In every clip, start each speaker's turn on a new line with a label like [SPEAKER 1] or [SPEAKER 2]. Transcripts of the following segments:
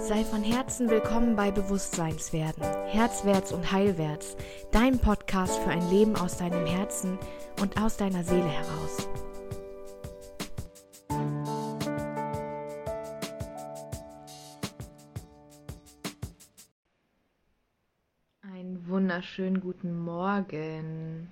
[SPEAKER 1] Sei von Herzen willkommen bei Bewusstseinswerden, Herzwärts und Heilwärts, dein Podcast für ein Leben aus deinem Herzen und aus deiner Seele heraus. Einen wunderschönen guten Morgen.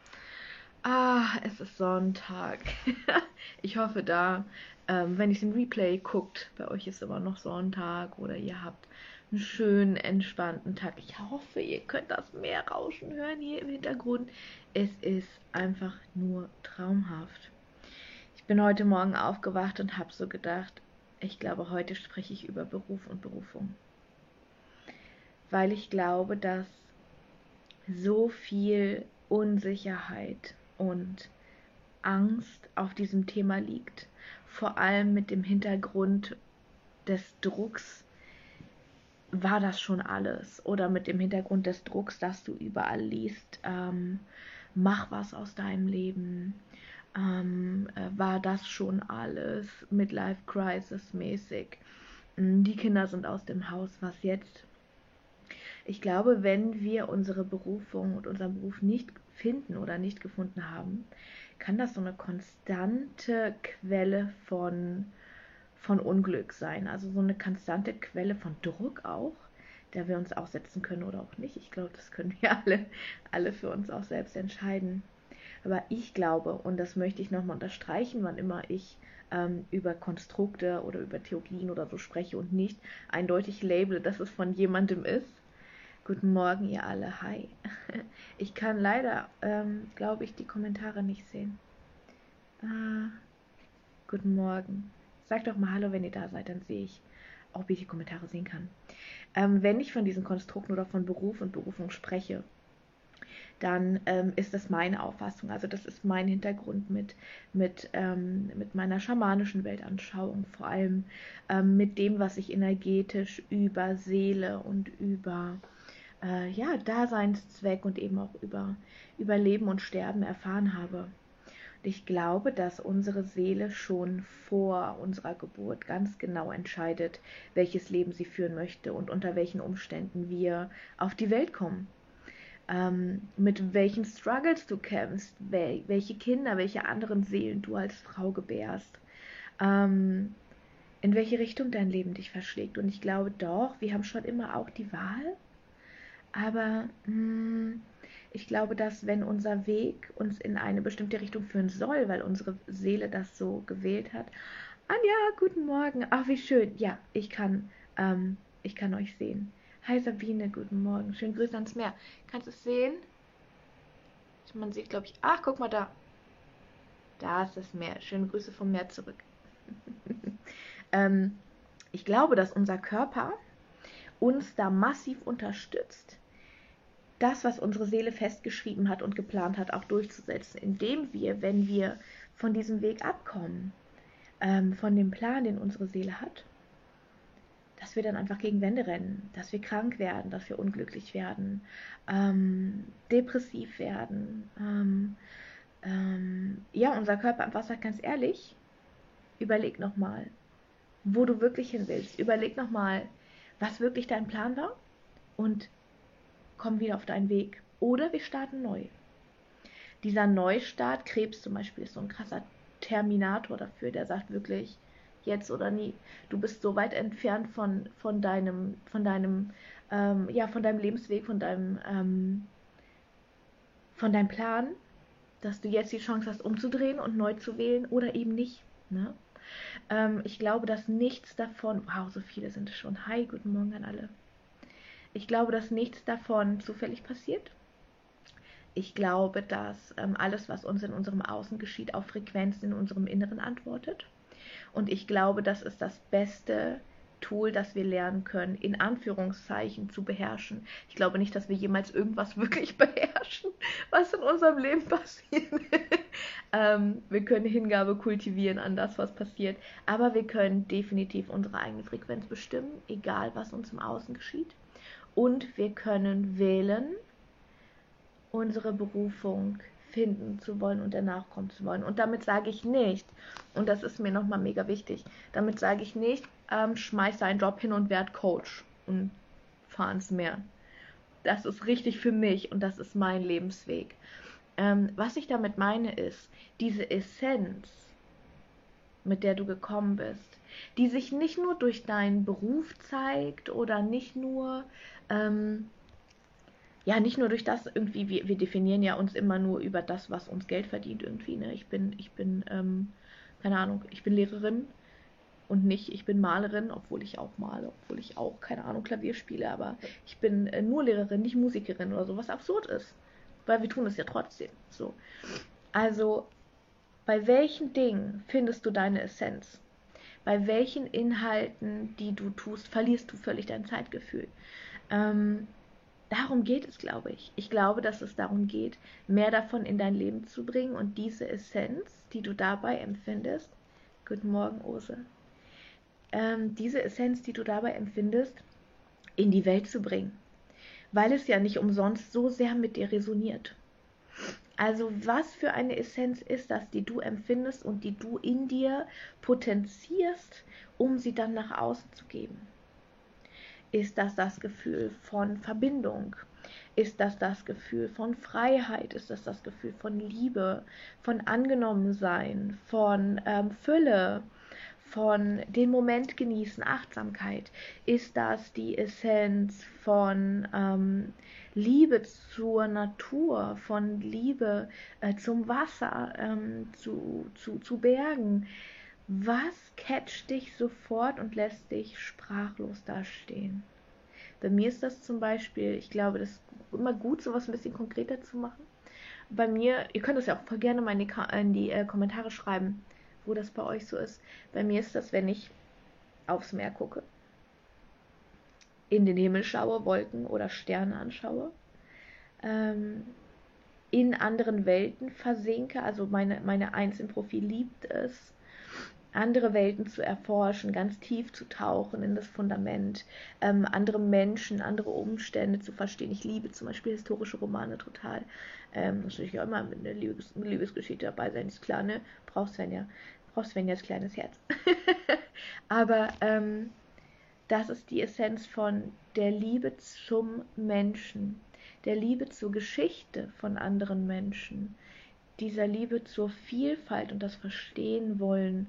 [SPEAKER 1] Es ist Sonntag. Ich hoffe wenn ihr es im Replay guckt, bei euch ist immer noch Sonntag oder ihr habt einen schönen, entspannten Tag. Ich hoffe, ihr könnt das Meerrauschen hören hier im Hintergrund. Es ist einfach nur traumhaft. Ich bin heute Morgen aufgewacht und habe so gedacht, ich glaube, heute spreche ich über Beruf und Berufung. Weil ich glaube, dass so viel Unsicherheit und Angst auf diesem Thema liegt. Vor allem mit dem Hintergrund des Drucks, war das schon alles? Oder mit dem Hintergrund des Drucks, dass du überall liest, mach was aus deinem Leben. War das schon alles? Midlife Crisis mäßig. Die Kinder sind aus dem Haus, was jetzt? Ich glaube, wenn wir unsere Berufung und unseren Beruf nicht finden oder nicht gefunden haben, kann das so eine konstante Quelle von Unglück sein. Also so eine konstante Quelle von Druck auch, der wir uns aussetzen können oder auch nicht. Ich glaube, das können wir alle für uns auch selbst entscheiden. Aber ich glaube, und das möchte ich nochmal unterstreichen, wann immer ich über Konstrukte oder über Theorien oder so spreche und nicht eindeutig label, dass es von jemandem ist. Guten Morgen, ihr alle. Hi. Ich kann leider, glaube ich, die Kommentare nicht sehen. Guten Morgen. Sagt doch mal Hallo, wenn ihr da seid, dann sehe ich, ob ich die Kommentare sehen kann. Wenn ich von diesen Konstrukten oder von Beruf und Berufung spreche, dann ist das meine Auffassung. Also das ist mein Hintergrund mit meiner schamanischen Weltanschauung, vor allem mit dem, was ich energetisch über Seele und über Daseinszweck und eben auch über Leben und Sterben erfahren habe. Und ich glaube, dass unsere Seele schon vor unserer Geburt ganz genau entscheidet, welches Leben sie führen möchte und unter welchen Umständen wir auf die Welt kommen. Mit welchen Struggles du kämpfst, welche Kinder, welche anderen Seelen du als Frau gebärst, in welche Richtung dein Leben dich verschlägt. Und ich glaube doch, wir haben schon immer auch die Wahl, aber ich glaube, dass wenn unser Weg uns in eine bestimmte Richtung führen soll, weil unsere Seele das so gewählt hat. Anja, guten Morgen. Ach, wie schön. Ja, ich kann euch sehen. Hi Sabine, guten Morgen. Schönen Grüße ans Meer. Kannst du es sehen? Man sieht, glaube ich. Ach, guck mal da. Da ist das Meer. Schöne Grüße vom Meer zurück. Ich glaube, dass unser Körper uns da massiv unterstützt, das, was unsere Seele festgeschrieben hat und geplant hat, auch durchzusetzen, indem wir, wenn wir von diesem Weg abkommen, von dem Plan, den unsere Seele hat, dass wir dann einfach gegen Wände rennen, dass wir krank werden, dass wir unglücklich werden, depressiv werden. Unser Körper einfach sagt, ganz ehrlich, überleg nochmal, wo du wirklich hin willst. Überleg nochmal, was wirklich dein Plan war und komm wieder auf deinen Weg. Oder wir starten neu. Dieser Neustart, Krebs zum Beispiel, ist so ein krasser Terminator dafür, der sagt wirklich, jetzt oder nie. Du bist so weit entfernt von deinem Lebensweg, von deinem Plan, dass du jetzt die Chance hast, umzudrehen und neu zu wählen oder eben nicht. Ne? Ich glaube, dass nichts davon, wow, so viele sind es schon. Hi, guten Morgen an alle. Ich glaube, dass nichts davon zufällig passiert. Ich glaube, dass alles, was uns in unserem Außen geschieht, auf Frequenzen in unserem Inneren antwortet. Und ich glaube, das ist das beste Tool, das wir lernen können, in Anführungszeichen zu beherrschen. Ich glaube nicht, dass wir jemals irgendwas wirklich beherrschen, was in unserem Leben passiert. Wir können Hingabe kultivieren an das, was passiert. Aber wir können definitiv unsere eigene Frequenz bestimmen, egal was uns im Außen geschieht. Und wir können wählen, unsere Berufung finden zu wollen und danach kommen zu wollen. Und damit sage ich nicht, und das ist mir nochmal mega wichtig, damit sage ich nicht, schmeiß seinen Job hin und werd Coach und fahr ins Meer. Das ist richtig für mich und das ist mein Lebensweg. Was ich damit meine ist, diese Essenz, mit der du gekommen bist, die sich nicht nur durch deinen Beruf zeigt oder nicht nur, ja, nicht nur durch das irgendwie, wir definieren ja uns immer nur über das, was uns Geld verdient irgendwie, ne? Keine Ahnung, ich bin Lehrerin und nicht, ich bin Malerin, obwohl ich auch male, obwohl ich auch, keine Ahnung, Klavier spiele, aber ich bin nur Lehrerin, nicht Musikerin oder so, was absurd ist, weil wir tun es ja trotzdem, so. Also, bei welchen Dingen findest du deine Essenz? Bei welchen Inhalten, die du tust, verlierst du völlig dein Zeitgefühl? Ähm, Darum geht es, glaube ich. Ich glaube, dass es darum geht, mehr davon in dein Leben zu bringen und diese Essenz, die du dabei empfindest, guten Morgen, Ose, diese Essenz, die du dabei empfindest, in die Welt zu bringen. Weil es ja nicht umsonst so sehr mit dir resoniert. Also was für eine Essenz ist das, die du empfindest und die du in dir potenzierst, um sie dann nach außen zu geben? Ist das das Gefühl von Verbindung? Ist das das Gefühl von Freiheit? Ist das das Gefühl von Liebe, von Angenommensein, von Fülle, von den Moment genießen, Achtsamkeit? Ist das die Essenz von Liebe zur Natur, von Liebe zum Wasser, zu Bergen? Was catcht dich sofort und lässt dich sprachlos dastehen? Bei mir ist das zum Beispiel, ich glaube, das ist immer gut, sowas ein bisschen konkreter zu machen. Bei mir, ihr könnt das ja auch voll gerne mal in die Kommentare schreiben, wo das bei euch so ist. Bei mir ist das, wenn ich aufs Meer gucke, in den Himmel schaue, Wolken oder Sterne anschaue, ähm, in anderen Welten versinke, also meine Eins im Profil liebt es, andere Welten zu erforschen, ganz tief zu tauchen in das Fundament, andere Menschen, andere Umstände zu verstehen. Ich liebe zum Beispiel historische Romane total. Natürlich auch immer mit einer Liebesgeschichte dabei sein, ist klar, ne? Brauchst Svenjas kleines Herz. Aber das ist die Essenz von der Liebe zum Menschen, der Liebe zur Geschichte von anderen Menschen, dieser Liebe zur Vielfalt und das Verstehen wollen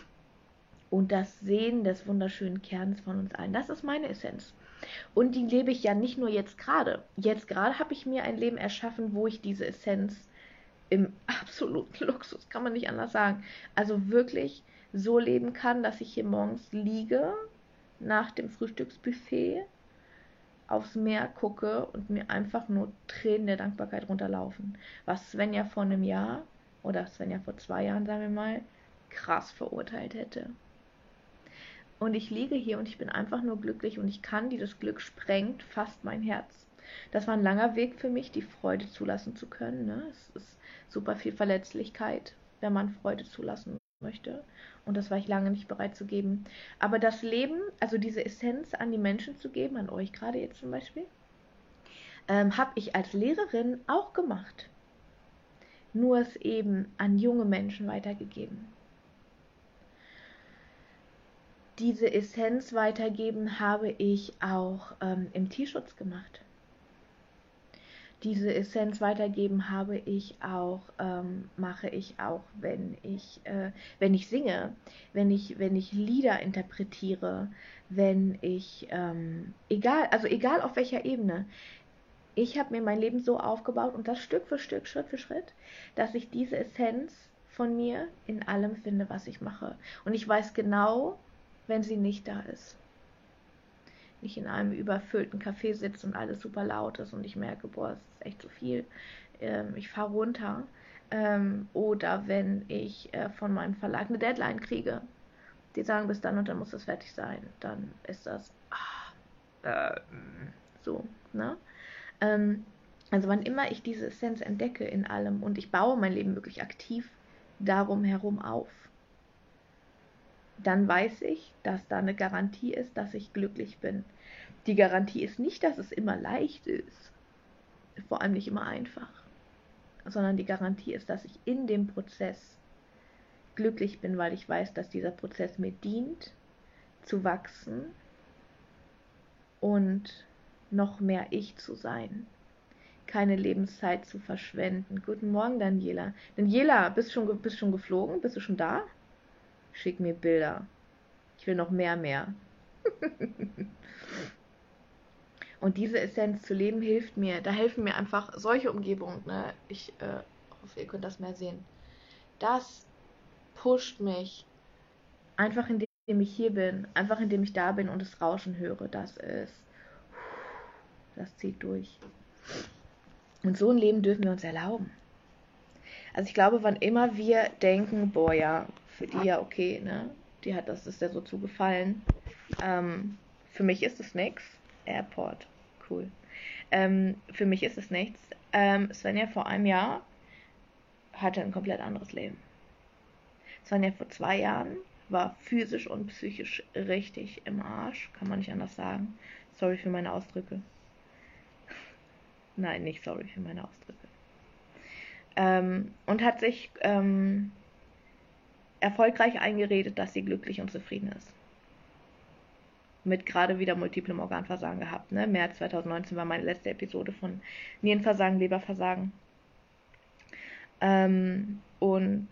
[SPEAKER 1] und das Sehen des wunderschönen Kerns von uns allen. Das ist meine Essenz. Und die lebe ich ja nicht nur jetzt gerade. Jetzt gerade habe ich mir ein Leben erschaffen, wo ich diese Essenz im absoluten Luxus, kann man nicht anders sagen, also wirklich so leben kann, dass ich hier morgens liege, nach dem Frühstücksbuffet aufs Meer gucke und mir einfach nur Tränen der Dankbarkeit runterlaufen. Was Svenja vor einem Jahr oder Svenja vor 2 Jahren, sagen wir mal, krass verurteilt hätte. Und ich liege hier und ich bin einfach nur glücklich und ich kann, dieses Glück sprengt fast mein Herz. Das war ein langer Weg für mich, die Freude zulassen zu können. Ne? Es ist super viel Verletzlichkeit, wenn man Freude zulassen möchte. Und das war ich lange nicht bereit zu geben. Aber das Leben, also diese Essenz an die Menschen zu geben, an euch gerade jetzt zum Beispiel, habe ich als Lehrerin auch gemacht. Nur es eben an junge Menschen weitergegeben. Diese Essenz weitergeben habe ich auch im Tierschutz gemacht. Diese Essenz weitergeben habe ich auch, mache ich auch, wenn ich singe, wenn ich Lieder interpretiere, wenn ich, egal auf welcher Ebene. Ich habe mir mein Leben so aufgebaut und das Stück für Stück, Schritt für Schritt, dass ich diese Essenz von mir in allem finde, was ich mache. Und ich weiß genau, wenn sie nicht da ist. Ich in einem überfüllten Café sitze und alles super laut ist und ich merke, boah, es ist echt zu viel. Ich fahre runter. Oder wenn ich von meinem Verlag eine Deadline kriege. Die sagen, bis dann und dann muss das fertig sein. Dann ist das so, ne? Also wann immer ich diese Essenz entdecke in allem und ich baue mein Leben wirklich aktiv darum herum auf, dann weiß ich, dass da eine Garantie ist, dass ich glücklich bin. Die Garantie ist nicht, dass es immer leicht ist, vor allem nicht immer einfach, sondern die Garantie ist, dass ich in dem Prozess glücklich bin, weil ich weiß, dass dieser Prozess mir dient, zu wachsen und noch mehr ich zu sein. Keine Lebenszeit zu verschwenden. Guten Morgen, Daniela. Daniela, bist schon geflogen? Bist du schon da? Schick mir Bilder. Ich will noch mehr. Und diese Essenz zu leben hilft mir. Da helfen mir einfach solche Umgebungen. Ne? Ich hoffe, ihr könnt das mehr sehen. Das pusht mich. Einfach indem ich hier bin. Einfach indem ich da bin und das Rauschen höre. Das zieht durch. Und so ein Leben dürfen wir uns erlauben. Also ich glaube, wann immer wir denken, boah ja, für die ja okay, ne? Ist ja so zugefallen. Für mich ist es nichts. Airport, cool. Für mich ist es nichts. Svenja vor einem Jahr hatte ein komplett anderes Leben. Svenja vor 2 Jahren war physisch und psychisch richtig im Arsch, kann man nicht anders sagen. Sorry für meine Ausdrücke. Nein, nicht sorry für meine Ausdrücke. Und hat sich erfolgreich eingeredet, dass sie glücklich und zufrieden ist. Mit gerade wieder multiplem Organversagen gehabt. Ne? März 2019 war meine letzte Episode von Nierenversagen, Leberversagen. Und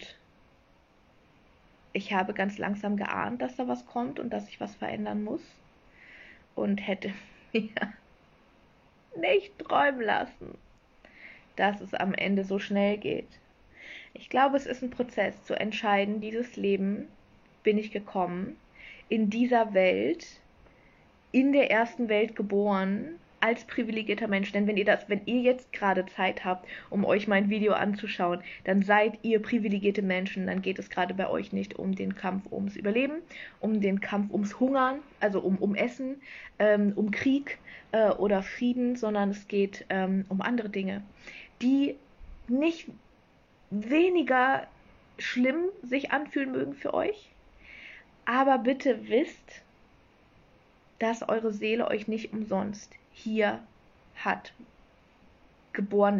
[SPEAKER 1] ich habe ganz langsam geahnt, dass da was kommt und dass ich was verändern muss. Und hätte mir nicht träumen lassen, dass es am Ende so schnell geht. Ich glaube, es ist ein Prozess zu entscheiden, dieses Leben bin ich gekommen, in dieser Welt, in der ersten Welt geboren, als privilegierter Mensch. Denn wenn ihr jetzt gerade Zeit habt, um euch mein Video anzuschauen, dann seid ihr privilegierte Menschen. Dann geht es gerade bei euch nicht um den Kampf ums Überleben, um den Kampf ums Hungern, also um Essen, um Krieg oder Frieden, sondern es geht um andere Dinge, die nicht weniger schlimm sich anfühlen mögen für euch. Aber bitte wisst, dass eure Seele euch nicht umsonst hier hat geboren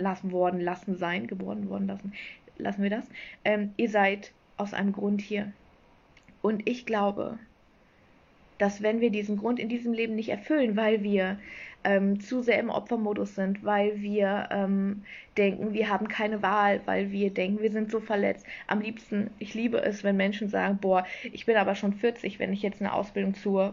[SPEAKER 1] lassen wir das. Ihr seid aus einem Grund hier. Und ich glaube, dass wenn wir diesen Grund in diesem Leben nicht erfüllen, weil wir zu sehr im Opfermodus sind, weil wir denken, wir haben keine Wahl, weil wir denken, wir sind so verletzt. Am liebsten, ich liebe es, wenn Menschen sagen, boah, ich bin aber schon 40, wenn ich jetzt eine Ausbildung zur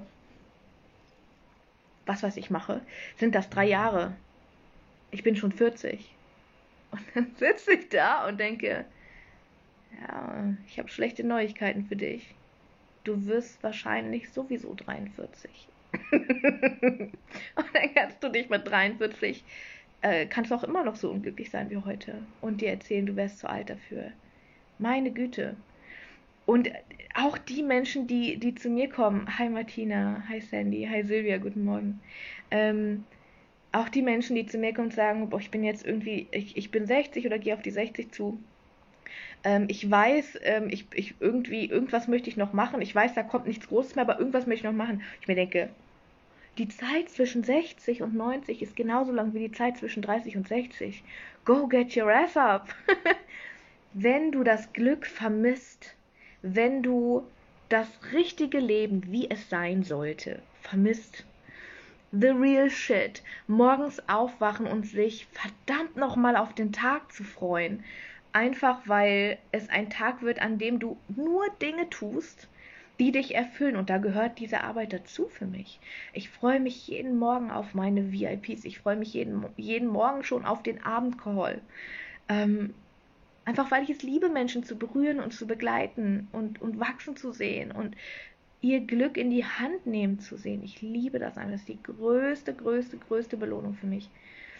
[SPEAKER 1] was weiß ich mache, sind das 3 Jahre. Ich bin schon 40. Und dann sitze ich da und denke, ja, ich habe schlechte Neuigkeiten für dich. Du wirst wahrscheinlich sowieso 43. Und dann kannst du dich mit 43, kannst du auch immer noch so unglücklich sein wie heute und dir erzählen, du wärst zu alt dafür. Meine Güte. Und auch die Menschen, die zu mir kommen, hi Martina, hi Sandy, hi Silvia, guten Morgen. Auch die Menschen, die zu mir kommen und sagen, boah, ich bin jetzt irgendwie, ich bin 60 oder gehe auf die 60 zu. Ich weiß, irgendwas möchte ich noch machen. Ich weiß, da kommt nichts Großes mehr, aber irgendwas möchte ich noch machen. Ich mir denke, die Zeit zwischen 60 und 90 ist genauso lang wie die Zeit zwischen 30 und 60. Go get your ass up. Wenn du das Glück vermisst, wenn du das richtige Leben, wie es sein sollte, vermisst, the real shit, morgens aufwachen und sich verdammt nochmal auf den Tag zu freuen, einfach weil es ein Tag wird, an dem du nur Dinge tust, die dich erfüllen, und da gehört diese Arbeit dazu für mich. Ich freue mich jeden Morgen auf meine VIPs, ich freue mich jeden Morgen schon auf den Abendcall. Einfach weil ich es liebe, Menschen zu berühren und zu begleiten und wachsen zu sehen und ihr Glück in die Hand nehmen zu sehen. Ich liebe das einfach. Das ist die größte Belohnung für mich.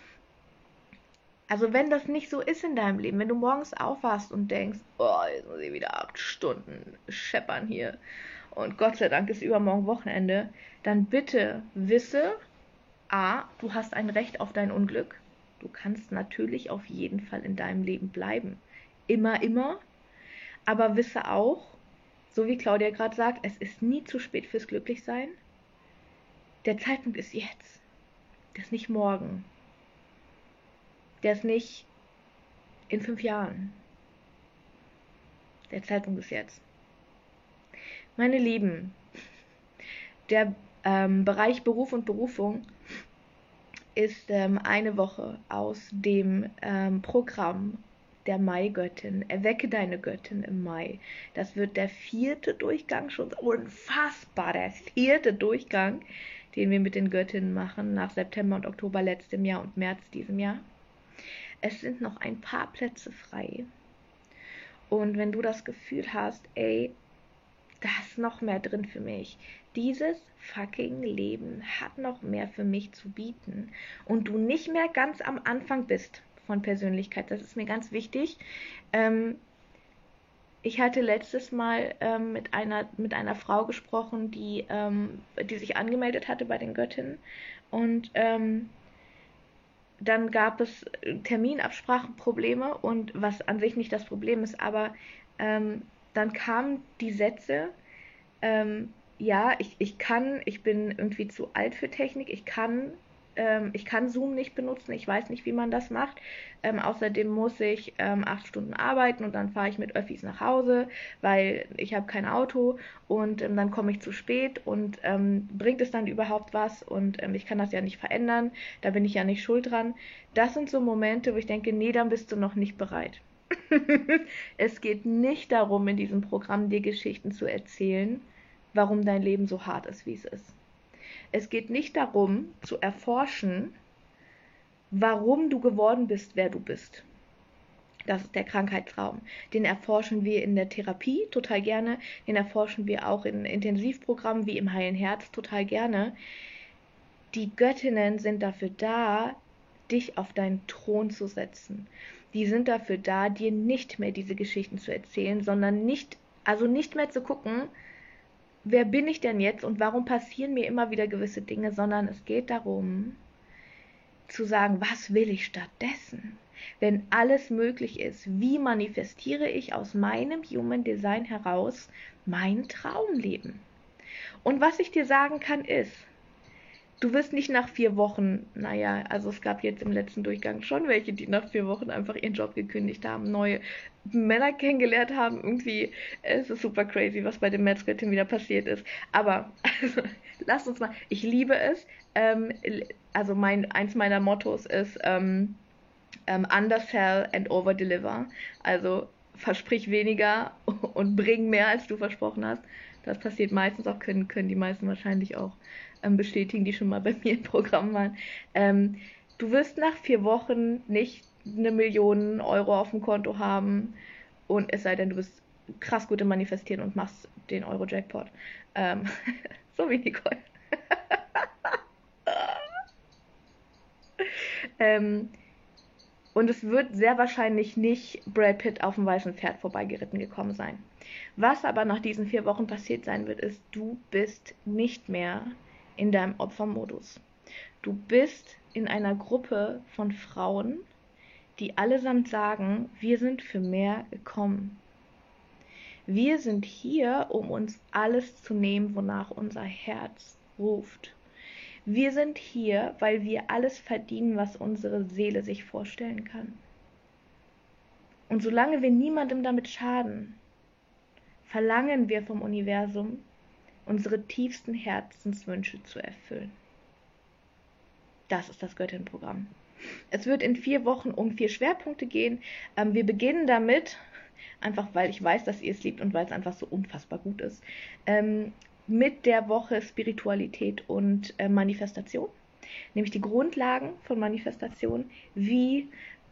[SPEAKER 1] Also wenn das nicht so ist in deinem Leben, wenn du morgens aufwachst und denkst, oh, jetzt muss ich wieder 8 Stunden scheppern hier und Gott sei Dank ist übermorgen Wochenende, dann bitte wisse, a, du hast ein Recht auf dein Unglück. Du kannst natürlich auf jeden Fall in deinem Leben bleiben. Immer. Aber wisse auch, so wie Claudia gerade sagt, es ist nie zu spät fürs Glücklichsein. Der Zeitpunkt ist jetzt. Der ist nicht morgen. Der ist nicht in 5 Jahren. Der Zeitpunkt ist jetzt. Meine Lieben, Der Bereich Beruf und Berufung ist eine Woche aus dem Programm der Maigöttin. Erwecke deine Göttin im Mai. Das wird der 4. Durchgang, schon unfassbar, der 4. Durchgang, den wir mit den Göttinnen machen, nach September und Oktober letztem Jahr und März diesem Jahr. Es sind noch ein paar Plätze frei. Und wenn du das Gefühl hast, ey, da ist noch mehr drin für mich. Dieses fucking Leben hat noch mehr für mich zu bieten. Und du nicht mehr ganz am Anfang bist von Persönlichkeit. Das ist mir ganz wichtig. Ich hatte letztes Mal mit einer Frau gesprochen, die sich angemeldet hatte bei den Göttinnen. Und dann gab es Terminabsprachenprobleme und was an sich nicht das Problem ist, aber dann kamen die Sätze, ja, ich bin irgendwie zu alt für Technik, ich kann Zoom nicht benutzen, ich weiß nicht, wie man das macht. Außerdem muss ich 8 Stunden arbeiten und dann fahre ich mit Öffis nach Hause, weil ich habe kein Auto und dann komme ich zu spät und bringt es dann überhaupt was und ich kann das ja nicht verändern, da bin ich ja nicht schuld dran. Das sind so Momente, wo ich denke, nee, dann bist du noch nicht bereit. Es geht nicht darum, in diesem Programm dir Geschichten zu erzählen, warum dein Leben so hart ist, wie es ist. Es geht nicht darum, zu erforschen, warum du geworden bist, wer du bist. Das ist der Krankheitsraum. Den erforschen wir in der Therapie total gerne. Den erforschen wir auch in Intensivprogrammen wie im Heilen Herz total gerne. Die Göttinnen sind dafür da, dich auf deinen Thron zu setzen. Die sind dafür da, dir nicht mehr diese Geschichten zu erzählen, sondern nicht mehr zu gucken, wer bin ich denn jetzt und warum passieren mir immer wieder gewisse Dinge, sondern es geht darum, zu sagen, was will ich stattdessen? Wenn alles möglich ist, wie manifestiere ich aus meinem Human Design heraus mein Traumleben? Und was ich dir sagen kann ist, du wirst nicht nach 4 Wochen, naja, also es gab jetzt im letzten Durchgang schon welche, die nach 4 Wochen einfach ihren Job gekündigt haben, neue Männer kennengelernt haben. Irgendwie, es ist super crazy, was bei den Metzgöttinnen wieder passiert ist. Aber, also, lasst uns mal, ich liebe es. Also eins meiner Mottos ist undersell and overdeliver. Also versprich weniger und bring mehr, als du versprochen hast. Das passiert meistens auch, können die meisten wahrscheinlich auch bestätigen, die schon mal bei mir im Programm waren. Du wirst nach 4 Wochen nicht 1 Million Euro auf dem Konto haben und es sei denn, du bist krass gut im Manifestieren und machst den Euro-Jackpot. So wie Nicole. Und es wird sehr wahrscheinlich nicht Brad Pitt auf dem weißen Pferd vorbeigeritten gekommen sein. Was aber nach diesen 4 Wochen passiert sein wird, ist, du bist nicht mehr in deinem Opfermodus. Du bist in einer Gruppe von Frauen, die allesamt sagen, wir sind für mehr gekommen. Wir sind hier, um uns alles zu nehmen, wonach unser Herz ruft. Wir sind hier, weil wir alles verdienen, was unsere Seele sich vorstellen kann. Und solange wir niemandem damit schaden, verlangen wir vom Universum, unsere tiefsten Herzenswünsche zu erfüllen. Das ist das Göttinnenprogramm. Es wird in 4 Wochen um 4 Schwerpunkte gehen. Wir beginnen damit, einfach weil ich weiß, dass ihr es liebt und weil es einfach so unfassbar gut ist, mit der Woche Spiritualität und Manifestation. Nämlich die Grundlagen von Manifestation, wie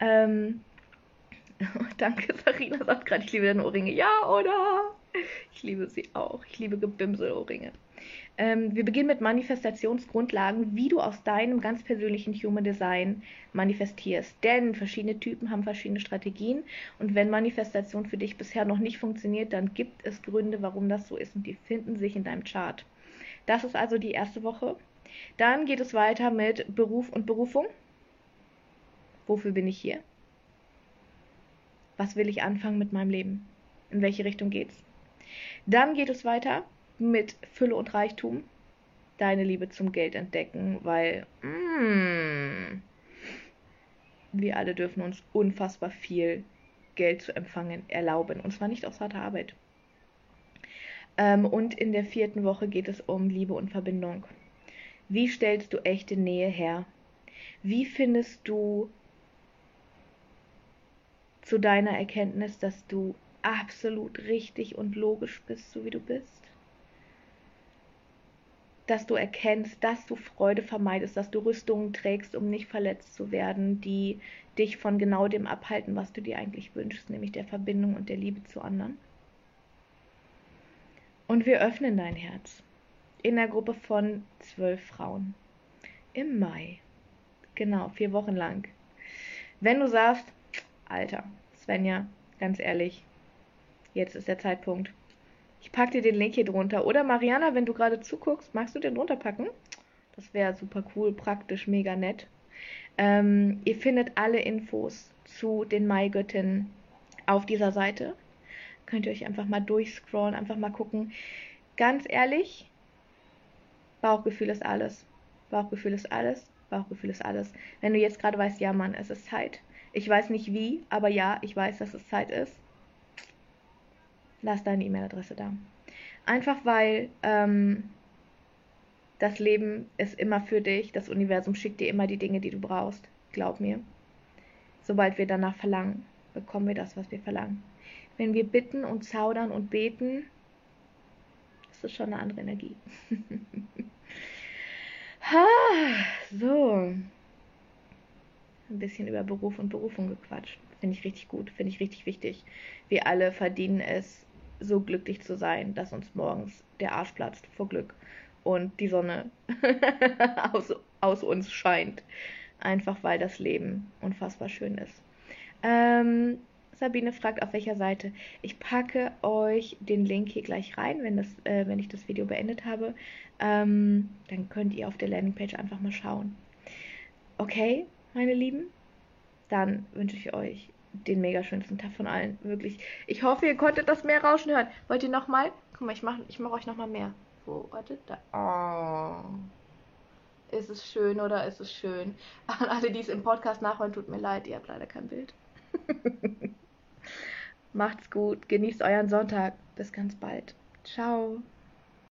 [SPEAKER 1] danke, Sarina sagt gerade, ich liebe deine Ohrringe. Ja, oder? Ich liebe sie auch. Ich liebe Gebimsel-Ohrringe. Wir beginnen mit Manifestationsgrundlagen, wie du aus deinem ganz persönlichen Human Design manifestierst. Denn verschiedene Typen haben verschiedene Strategien. Und wenn Manifestation für dich bisher noch nicht funktioniert, dann gibt es Gründe, warum das so ist. Und die finden sich in deinem Chart. Das ist also die erste Woche. Dann geht es weiter mit Beruf und Berufung. Wofür bin ich hier? Was will ich anfangen mit meinem Leben? In welche Richtung geht's? Dann geht es weiter mit Fülle und Reichtum. Deine Liebe zum Geld entdecken, weil wir alle dürfen uns unfassbar viel Geld zu empfangen erlauben. Und zwar nicht aus harter Arbeit. Und in der 4. Woche geht es um Liebe und Verbindung. Wie stellst du echte Nähe her? Wie findest du zu deiner Erkenntnis, dass du absolut richtig und logisch bist, so wie du bist? Dass du erkennst, dass du Freude vermeidest, dass du Rüstungen trägst, um nicht verletzt zu werden, die dich von genau dem abhalten, was du dir eigentlich wünschst, nämlich der Verbindung und der Liebe zu anderen. Und wir öffnen dein Herz in einer Gruppe von 12 Frauen im Mai. Genau, 4 Wochen lang. Wenn du sagst, Alter, Svenja, ganz ehrlich, jetzt ist der Zeitpunkt. Ich packe dir den Link hier drunter. Oder Mariana, wenn du gerade zuguckst, magst du den drunter packen? Das wäre super cool, praktisch, mega nett. Ihr findet alle Infos zu den Maigöttinnen auf dieser Seite. Könnt ihr euch einfach mal durchscrollen, einfach mal gucken. Ganz ehrlich, Bauchgefühl ist alles. Bauchgefühl ist alles. Bauchgefühl ist alles. Wenn du jetzt gerade weißt, ja Mann, es ist Zeit. Ich weiß nicht wie, aber ja, ich weiß, dass es Zeit ist. Lass deine E-Mail-Adresse da. Einfach weil das Leben ist immer für dich. Das Universum schickt dir immer die Dinge, die du brauchst. Glaub mir. Sobald wir danach verlangen, bekommen wir das, was wir verlangen. Wenn wir bitten und zaudern und beten, ist das schon eine andere Energie. So. Ein bisschen über Beruf und Berufung gequatscht. Finde ich richtig gut, finde ich richtig wichtig. Wir alle verdienen es, so glücklich zu sein, dass uns morgens der Arsch platzt vor Glück und die Sonne aus uns scheint. Einfach weil das Leben unfassbar schön ist. Sabine fragt, auf welcher Seite. Ich packe euch den Link hier gleich rein, wenn ich das Video beendet habe. Dann könnt ihr auf der Landingpage einfach mal schauen. Okay, meine Lieben, dann wünsche ich euch den mega schönsten Tag von allen. Wirklich. Ich hoffe, ihr konntet das Meer rauschen hören. Wollt ihr nochmal? Guck mal, ich mach euch nochmal mehr. Wo, wartet, da. Oh. Ist es schön oder ist es schön? An alle, die es im Podcast nachhören, tut mir leid, ihr habt leider kein Bild. Macht's gut, genießt euren Sonntag. Bis ganz bald. Ciao.